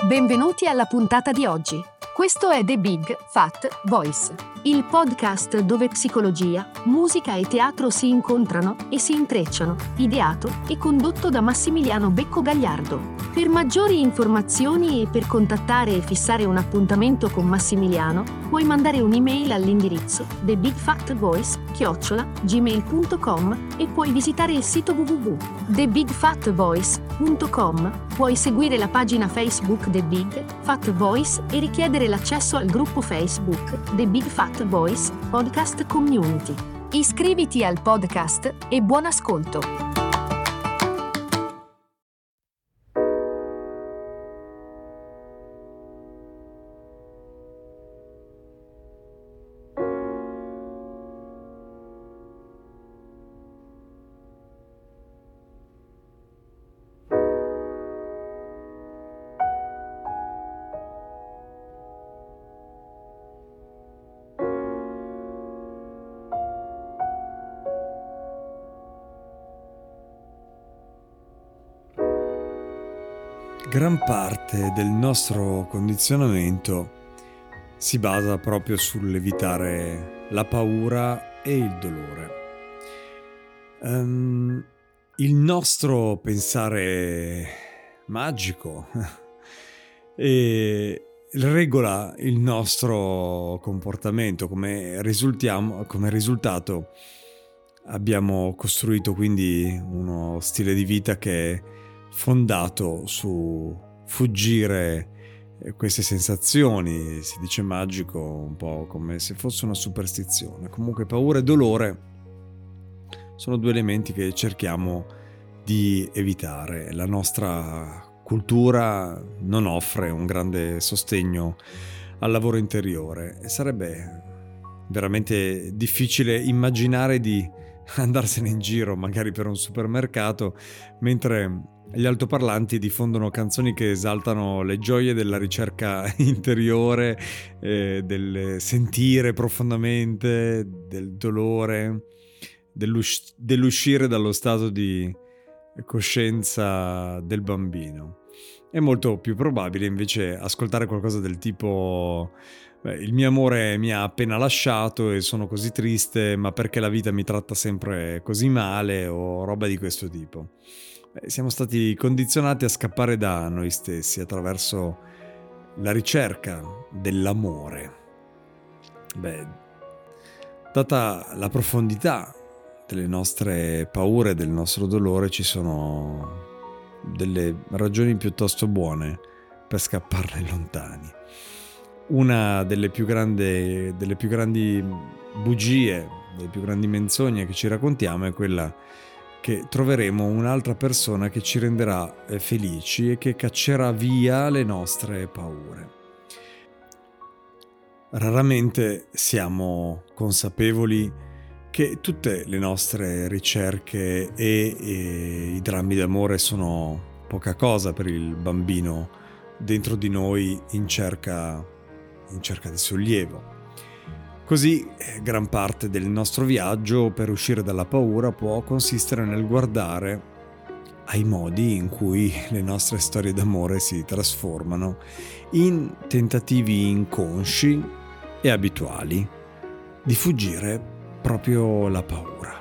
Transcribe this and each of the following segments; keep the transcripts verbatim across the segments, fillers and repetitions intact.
Benvenuti alla puntata di oggi. Questo è The Big Fat Voice, il podcast dove psicologia, musica e teatro si incontrano e si intrecciano, ideato e condotto da Massimiliano Becco Gagliardo. Per maggiori informazioni e per contattare e fissare un appuntamento con Massimiliano, puoi mandare un'email all'indirizzo the big fat voice chiocciola gmail punto com e puoi visitare il sito w w w punto the big fat voice punto com. Puoi seguire la pagina Facebook The Big Fat Voice e richiedere l'accesso al gruppo Facebook The Big Fat Voice Podcast Community. Iscriviti al podcast e buon ascolto! Gran parte del nostro condizionamento si basa proprio sull'evitare la paura e il dolore. Um, il nostro pensare magico e regola il nostro comportamento. Come risultiamo, come risultato abbiamo costruito quindi uno stile di vita che è fondato su fuggire queste sensazioni. Si dice magico un po' come se fosse una superstizione. Comunque paura e dolore sono due elementi che cerchiamo di evitare. La nostra cultura non offre un grande sostegno al lavoro interiore e sarebbe veramente difficile immaginare di andarsene in giro magari per un supermercato mentre gli altoparlanti diffondono canzoni che esaltano le gioie della ricerca interiore, eh, del sentire profondamente, del dolore, dell'us- dell'uscire dallo stato di coscienza del bambino. È molto più probabile invece ascoltare qualcosa del tipo: beh, il mio amore mi ha appena lasciato e sono così triste, ma perché la vita mi tratta sempre così male, o roba di questo tipo. Beh, siamo stati condizionati a scappare da noi stessi attraverso la ricerca dell'amore. Beh, data la profondità delle nostre paure, del nostro dolore, ci sono delle ragioni piuttosto buone per scapparne lontani. Una delle più grandi, delle più grandi bugie, delle più grandi menzogne che ci raccontiamo è quella che troveremo un'altra persona che ci renderà felici e che caccerà via le nostre paure. Raramente siamo consapevoli che tutte le nostre ricerche e, e i drammi d'amore sono poca cosa per il bambino dentro di noi in cerca, in cerca di sollievo. Così gran parte del nostro viaggio per uscire dalla paura può consistere nel guardare ai modi in cui le nostre storie d'amore si trasformano in tentativi inconsci e abituali di fuggire proprio la paura.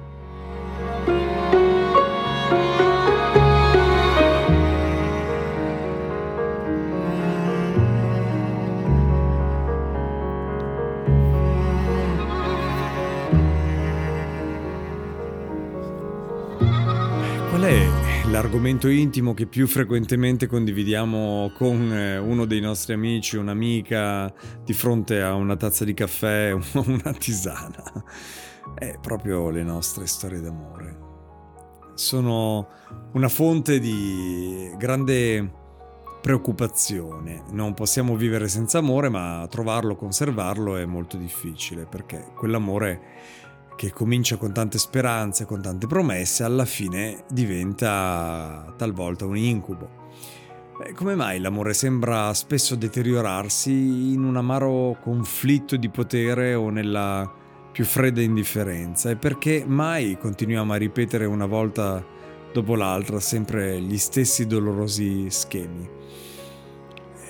Qual è l'argomento intimo che più frequentemente condividiamo con uno dei nostri amici, un'amica, di fronte a una tazza di caffè o una tisana? È proprio le nostre storie d'amore. Sono una fonte di grande preoccupazione. Non possiamo vivere senza amore, ma trovarlo, conservarlo è molto difficile, perché quell'amore che comincia con tante speranze, con tante promesse, alla fine diventa talvolta un incubo. Beh, come mai l'amore sembra spesso deteriorarsi in un amaro conflitto di potere o nella più fredda indifferenza? E perché mai continuiamo a ripetere una volta dopo l'altra sempre gli stessi dolorosi schemi?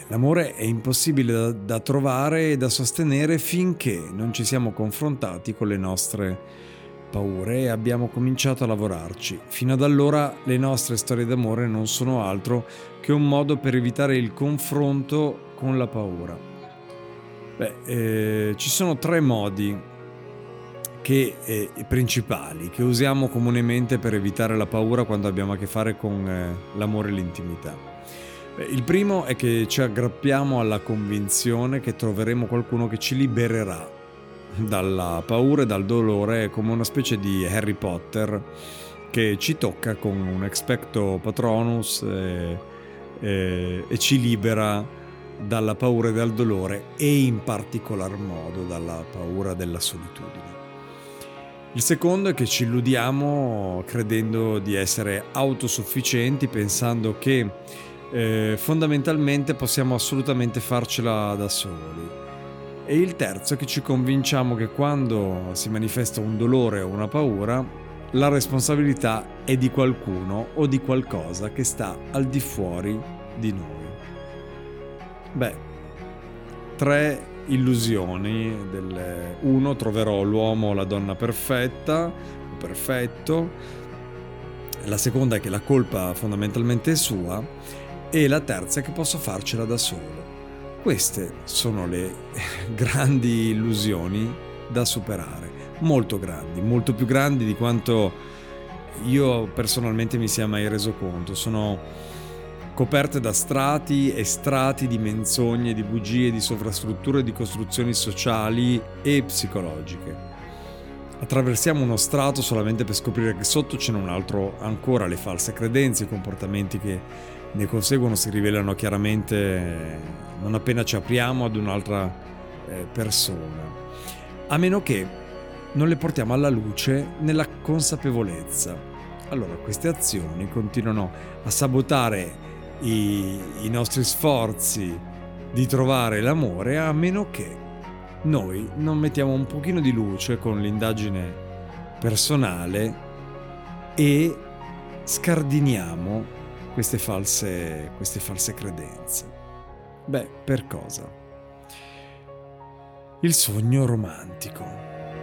L'amore è impossibile da, da trovare e da sostenere finché non ci siamo confrontati con le nostre paure e abbiamo cominciato a lavorarci. Fino ad allora le nostre storie d'amore non sono altro che un modo per evitare il confronto con la paura. Beh, eh, ci sono tre modi che, eh, principali che usiamo comunemente per evitare la paura quando abbiamo a che fare con eh, l'amore e l'intimità. Il primo è che ci aggrappiamo alla convinzione che troveremo qualcuno che ci libererà dalla paura e dal dolore, come una specie di Harry Potter che ci tocca con un expecto patronus e, e, e ci libera dalla paura e dal dolore, e in particolar modo dalla paura della solitudine. Il secondo è che ci illudiamo credendo di essere autosufficienti, pensando che Eh, fondamentalmente possiamo assolutamente farcela da soli. E il terzo è che ci convinciamo che quando si manifesta un dolore o una paura, la responsabilità è di qualcuno o di qualcosa che sta al di fuori di noi. Beh, tre illusioni. Del uno, troverò l'uomo o la donna perfetta o perfetto. La seconda è che la colpa fondamentalmente è sua. E la terza è che posso farcela da solo. Queste sono le grandi illusioni da superare, molto grandi, molto più grandi di quanto io personalmente mi sia mai reso conto. Sono coperte da strati e strati di menzogne, di bugie, di sovrastrutture, di costruzioni sociali e psicologiche. Attraversiamo uno strato solamente per scoprire che sotto ce n'è un altro ancora. Le false credenze, i comportamenti che ne conseguono si rivelano chiaramente non appena ci apriamo ad un'altra eh, persona, a meno che non le portiamo alla luce nella consapevolezza. Allora queste azioni continuano a sabotare i, i nostri sforzi di trovare l'amore, a meno che noi non mettiamo un pochino di luce con l'indagine personale e scardiniamo queste false, queste false credenze. Beh, per cosa? Il sogno romantico.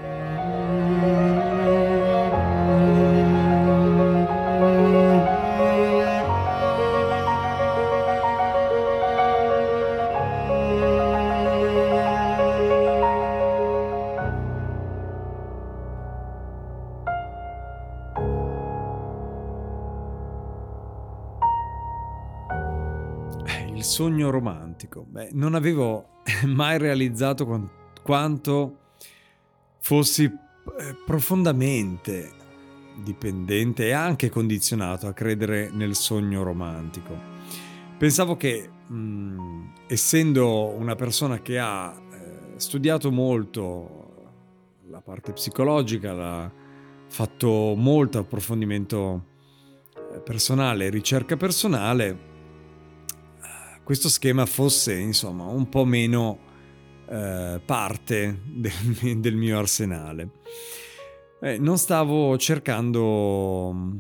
Il sogno romantico. Beh, non avevo mai realizzato con- quanto fossi eh, profondamente dipendente e anche condizionato a credere nel sogno romantico. Pensavo che, mh, essendo una persona che ha eh, studiato molto la parte psicologica, l'ha fatto molto approfondimento eh, personale, ricerca personale, questo schema fosse insomma un po' meno eh, parte del, del mio arsenale. Eh, non stavo cercando,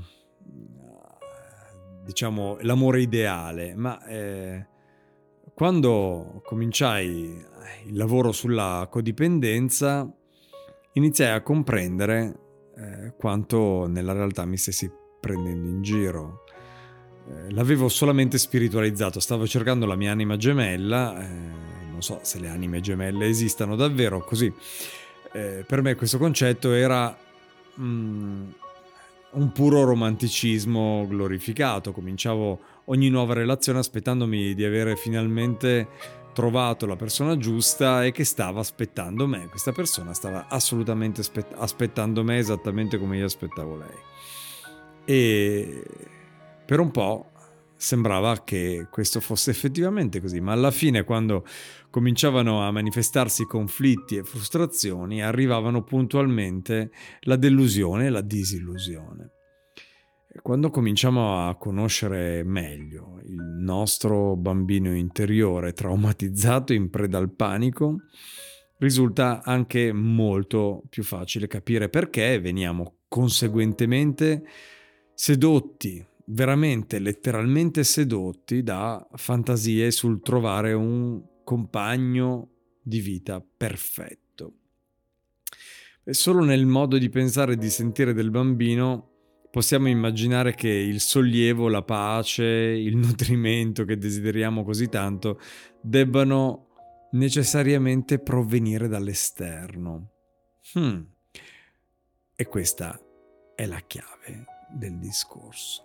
diciamo, l'amore ideale, ma eh, quando cominciai il lavoro sulla codipendenza iniziai a comprendere eh, quanto nella realtà mi stessi prendendo in giro. Eh, l'avevo solamente spiritualizzato, stavo cercando la mia anima gemella, eh, non so se le anime gemelle esistano davvero, così eh, per me questo concetto era mm, un puro romanticismo glorificato. Cominciavo ogni nuova relazione aspettandomi di avere finalmente trovato la persona giusta e che stava aspettando me. Questa persona stava assolutamente aspett- aspettando me esattamente come io aspettavo lei. E per un po' sembrava che questo fosse effettivamente così, ma alla fine, quando cominciavano a manifestarsi conflitti e frustrazioni, arrivavano puntualmente la delusione e la disillusione. E quando cominciamo a conoscere meglio il nostro bambino interiore traumatizzato in preda al panico, risulta anche molto più facile capire perché veniamo conseguentemente sedotti veramente letteralmente sedotti da fantasie sul trovare un compagno di vita perfetto. E solo nel modo di pensare e di sentire del bambino possiamo immaginare che il sollievo, la pace, il nutrimento che desideriamo così tanto debbano necessariamente provenire dall'esterno. Hmm. E questa è la chiave del discorso.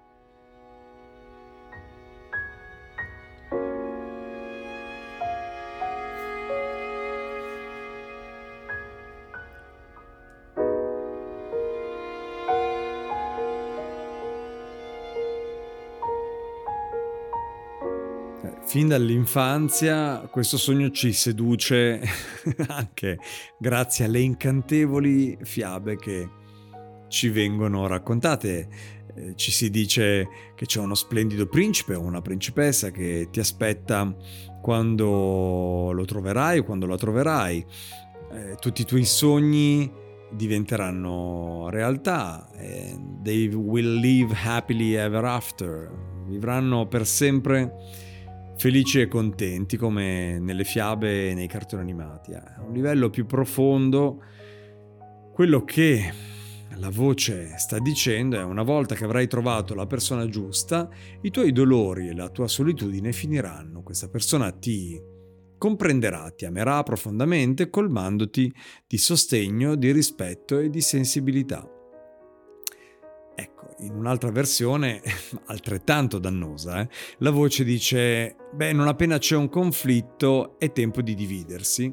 Fin dall'infanzia questo sogno ci seduce anche grazie alle incantevoli fiabe che ci vengono raccontate. Eh, ci si dice che c'è uno splendido principe o una principessa che ti aspetta quando lo troverai o quando la troverai. Eh, tutti i tuoi sogni diventeranno realtà. Eh, they will live happily ever after. Vivranno per sempre felici e contenti come nelle fiabe e nei cartoni animati. A un livello più profondo, quello che la voce sta dicendo è: una volta che avrai trovato la persona giusta, i tuoi dolori e la tua solitudine finiranno. Questa persona ti comprenderà, ti amerà profondamente, colmandoti di sostegno, di rispetto e di sensibilità. Ecco, in un'altra versione, altrettanto dannosa, eh, la voce dice: beh, non appena c'è un conflitto è tempo di dividersi.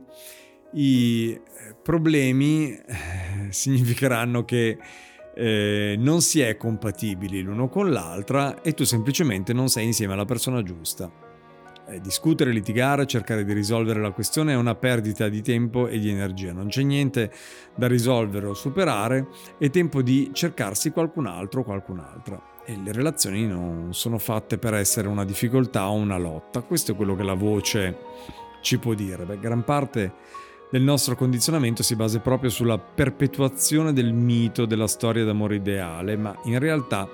I problemi eh, significheranno che eh, non si è compatibili l'uno con l'altra e tu semplicemente non sei insieme alla persona giusta. Eh, discutere, litigare, cercare di risolvere la questione è una perdita di tempo e di energia. Non c'è niente da risolvere o superare, è tempo di cercarsi qualcun altro o qualcun'altra. E le relazioni non sono fatte per essere una difficoltà o una lotta. Questo è quello che la voce ci può dire. Beh, gran parte del nostro condizionamento si basa proprio sulla perpetuazione del mito della storia d'amore ideale, ma in realtà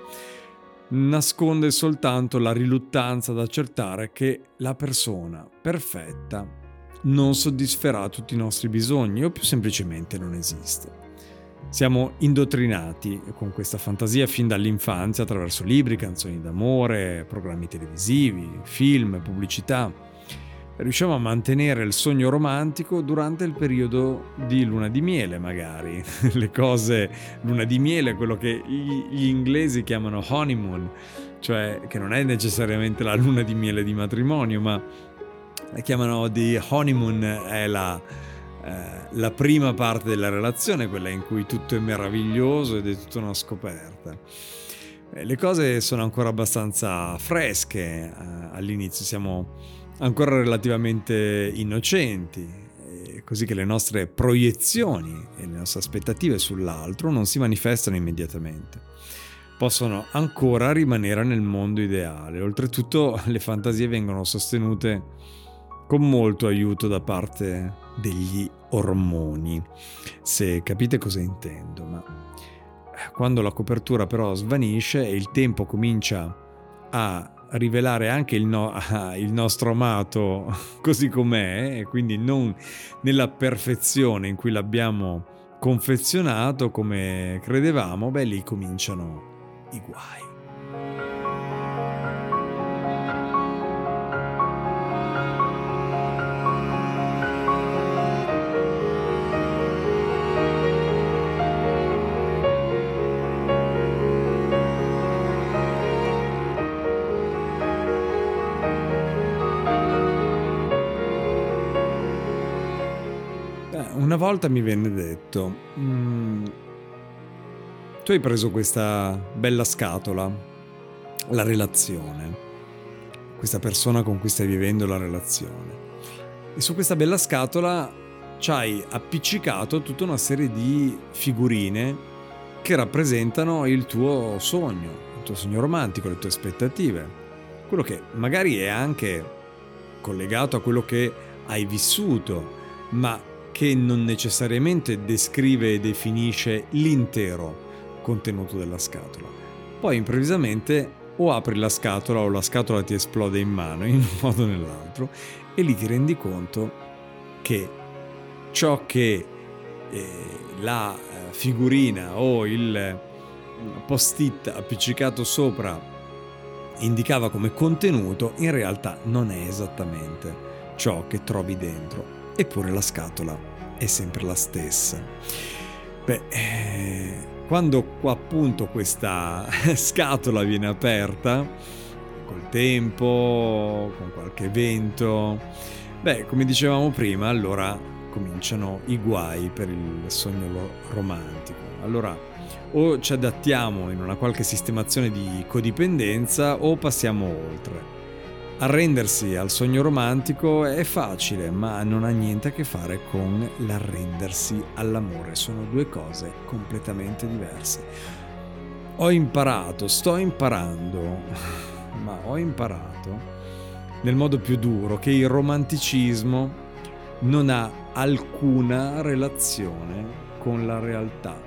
nasconde soltanto la riluttanza ad accettare che la persona perfetta non soddisferà tutti i nostri bisogni o più semplicemente non esiste. Siamo indottrinati con questa fantasia fin dall'infanzia attraverso libri, canzoni d'amore, programmi televisivi, film, pubblicità. Riusciamo a mantenere il sogno romantico durante il periodo di luna di miele, magari. Le cose luna di miele, quello che gli inglesi chiamano honeymoon, cioè che non è necessariamente la luna di miele di matrimonio, ma la chiamano di honeymoon, è la, eh, la prima parte della relazione, quella in cui tutto è meraviglioso ed è tutta una scoperta. Le cose sono ancora abbastanza fresche eh, all'inizio, siamo ancora relativamente innocenti, così che le nostre proiezioni e le nostre aspettative sull'altro non si manifestano immediatamente. Possono ancora rimanere nel mondo ideale. Oltretutto le fantasie vengono sostenute con molto aiuto da parte degli ormoni, se capite cosa intendo. Ma quando la copertura però svanisce e il tempo comincia a rivelare anche il, no, il nostro amato così com'è, e quindi non nella perfezione in cui l'abbiamo confezionato come credevamo, beh, lì cominciano i guai. Una volta mi venne detto: mm, tu hai preso questa bella scatola, la relazione, questa persona con cui stai vivendo la relazione, e su questa bella scatola ci hai appiccicato tutta una serie di figurine che rappresentano il tuo sogno, il tuo sogno romantico, le tue aspettative, quello che magari è anche collegato a quello che hai vissuto, ma che non necessariamente descrive e definisce l'intero contenuto della scatola. poi improvvisamente o apri la scatola o la scatola ti esplode in mano in un modo o nell'altro, e lì ti rendi conto che ciò che eh, la figurina o il post-it appiccicato sopra indicava come contenuto in realtà non è esattamente ciò che trovi dentro, eppure la scatola è sempre la stessa. Beh, eh, quando appunto questa scatola viene aperta col tempo, con qualche evento, beh, come dicevamo prima, allora cominciano i guai per il sogno romantico. Allora o ci adattiamo in una qualche sistemazione di codipendenza o passiamo oltre. Arrendersi al sogno romantico è facile, ma non ha niente a che fare con l'arrendersi all'amore. Sono due cose completamente diverse. Ho imparato, sto imparando, ma ho imparato nel modo più duro che il romanticismo non ha alcuna relazione con la realtà.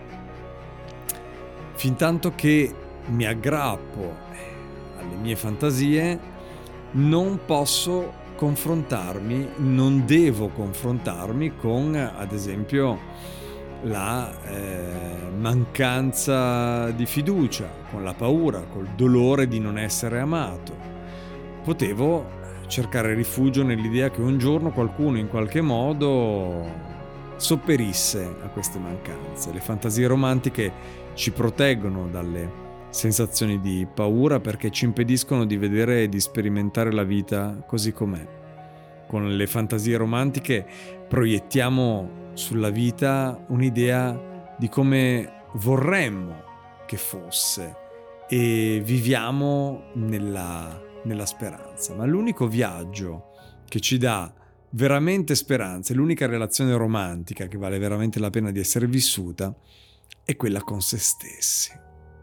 Fintanto che mi aggrappo alle mie fantasie, non posso confrontarmi, non devo confrontarmi con, ad esempio, la eh, mancanza di fiducia, con la paura, col dolore di non essere amato. Potevo cercare rifugio nell'idea che un giorno qualcuno in qualche modo sopperisse a queste mancanze. Le fantasie romantiche ci proteggono dalle sensazioni di paura perché ci impediscono di vedere e di sperimentare la vita così com'è. Con le fantasie romantiche proiettiamo sulla vita un'idea di come vorremmo che fosse e viviamo nella, nella speranza. Ma l'unico viaggio che ci dà veramente speranza, l'unica relazione romantica che vale veramente la pena di essere vissuta, è quella con se stessi.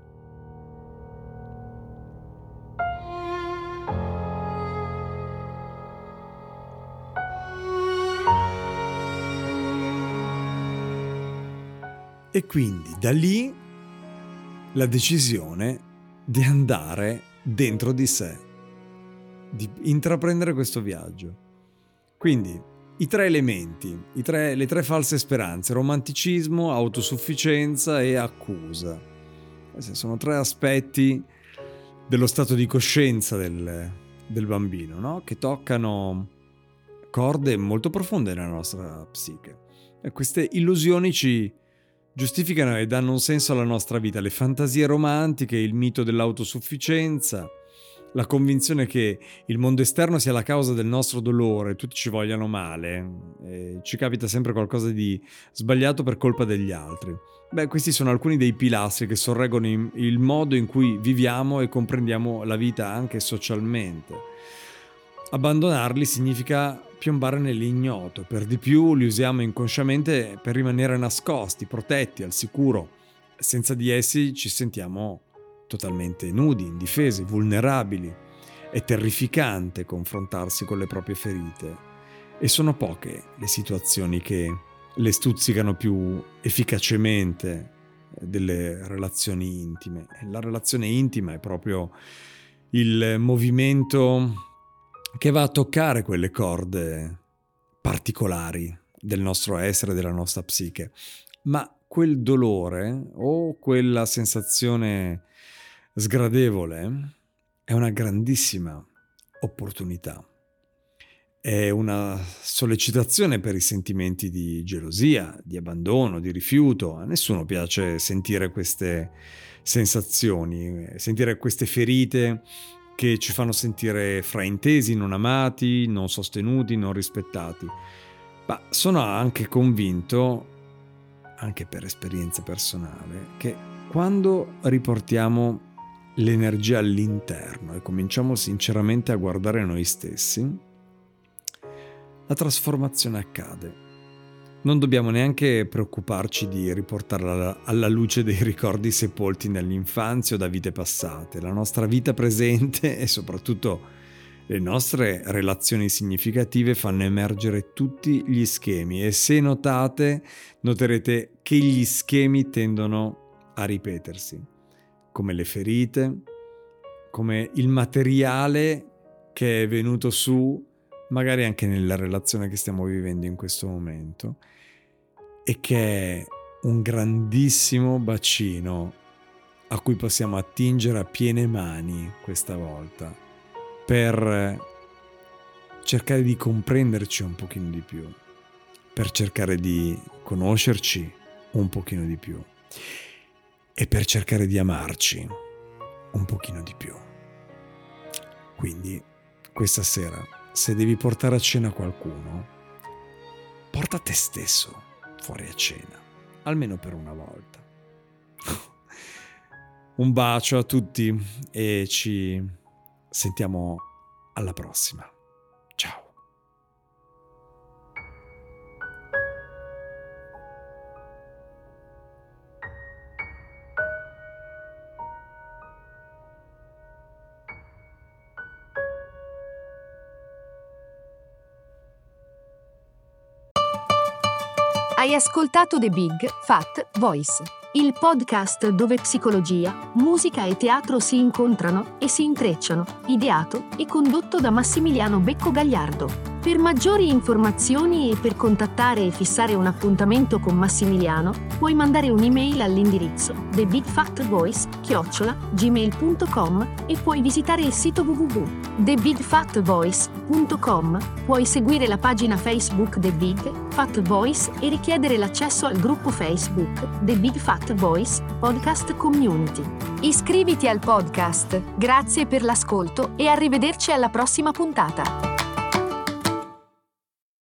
E quindi da lì la decisione di andare dentro di sé, di intraprendere questo viaggio. Quindi i tre elementi, i tre, le tre false speranze: romanticismo, autosufficienza e accusa. Sono tre aspetti dello stato di coscienza del, del bambino, no? Che toccano corde molto profonde nella nostra psiche. E queste illusioni ci giustificano e danno un senso alla nostra vita. Le fantasie romantiche, il mito dell'autosufficienza, la convinzione che il mondo esterno sia la causa del nostro dolore, tutti ci vogliano male, e ci capita sempre qualcosa di sbagliato per colpa degli altri. Beh, questi sono alcuni dei pilastri che sorreggono il modo in cui viviamo e comprendiamo la vita anche socialmente. Abbandonarli significa piombare nell'ignoto, per di più li usiamo inconsciamente per rimanere nascosti, protetti, al sicuro. Senza di essi ci sentiamo totalmente nudi, indifesi, vulnerabili. È terrificante confrontarsi con le proprie ferite e sono poche le situazioni che le stuzzicano più efficacemente delle relazioni intime. La relazione intima è proprio il movimento che va a toccare quelle corde particolari del nostro essere, della nostra psiche. Ma quel dolore o quella sensazione sgradevole è una grandissima opportunità. È una sollecitazione per i sentimenti di gelosia, di abbandono, di rifiuto. A nessuno piace sentire queste sensazioni, sentire queste ferite che ci fanno sentire fraintesi, non amati, non sostenuti, non rispettati. Ma sono anche convinto, anche per esperienza personale, che quando riportiamo l'energia all'interno e cominciamo sinceramente a guardare noi stessi, la trasformazione accade. Non dobbiamo neanche preoccuparci di riportarla alla luce dei ricordi sepolti nell'infanzia o da vite passate. La nostra vita presente e soprattutto le nostre relazioni significative fanno emergere tutti gli schemi, e se notate, noterete che gli schemi tendono a ripetersi. come le ferite, come il materiale che è venuto su, magari anche nella relazione che stiamo vivendo in questo momento, e che è un grandissimo bacino a cui possiamo attingere a piene mani questa volta per cercare di comprenderci un pochino di più, per cercare di conoscerci un pochino di più e per cercare di amarci un pochino di più. Quindi questa sera, se devi portare a cena qualcuno, porta te stesso fuori a cena, almeno per una volta. Un bacio a tutti e ci sentiamo alla prossima. Ciao. Hai ascoltato The Big Fat Voice, il podcast dove psicologia, musica e teatro si incontrano e si intrecciano, ideato e condotto da Massimiliano Becco Gagliardo. Per maggiori informazioni e per contattare e fissare un appuntamento con Massimiliano, puoi mandare un'email all'indirizzo the big fat voice chiocciola gmail punto com e puoi visitare il sito w w w punto the big fat voice punto com. Puoi seguire la pagina Facebook The Big Fat Voice e richiedere l'accesso al gruppo Facebook The Big Fat Voice Podcast Community. Iscriviti al podcast. Grazie per l'ascolto e arrivederci alla prossima puntata.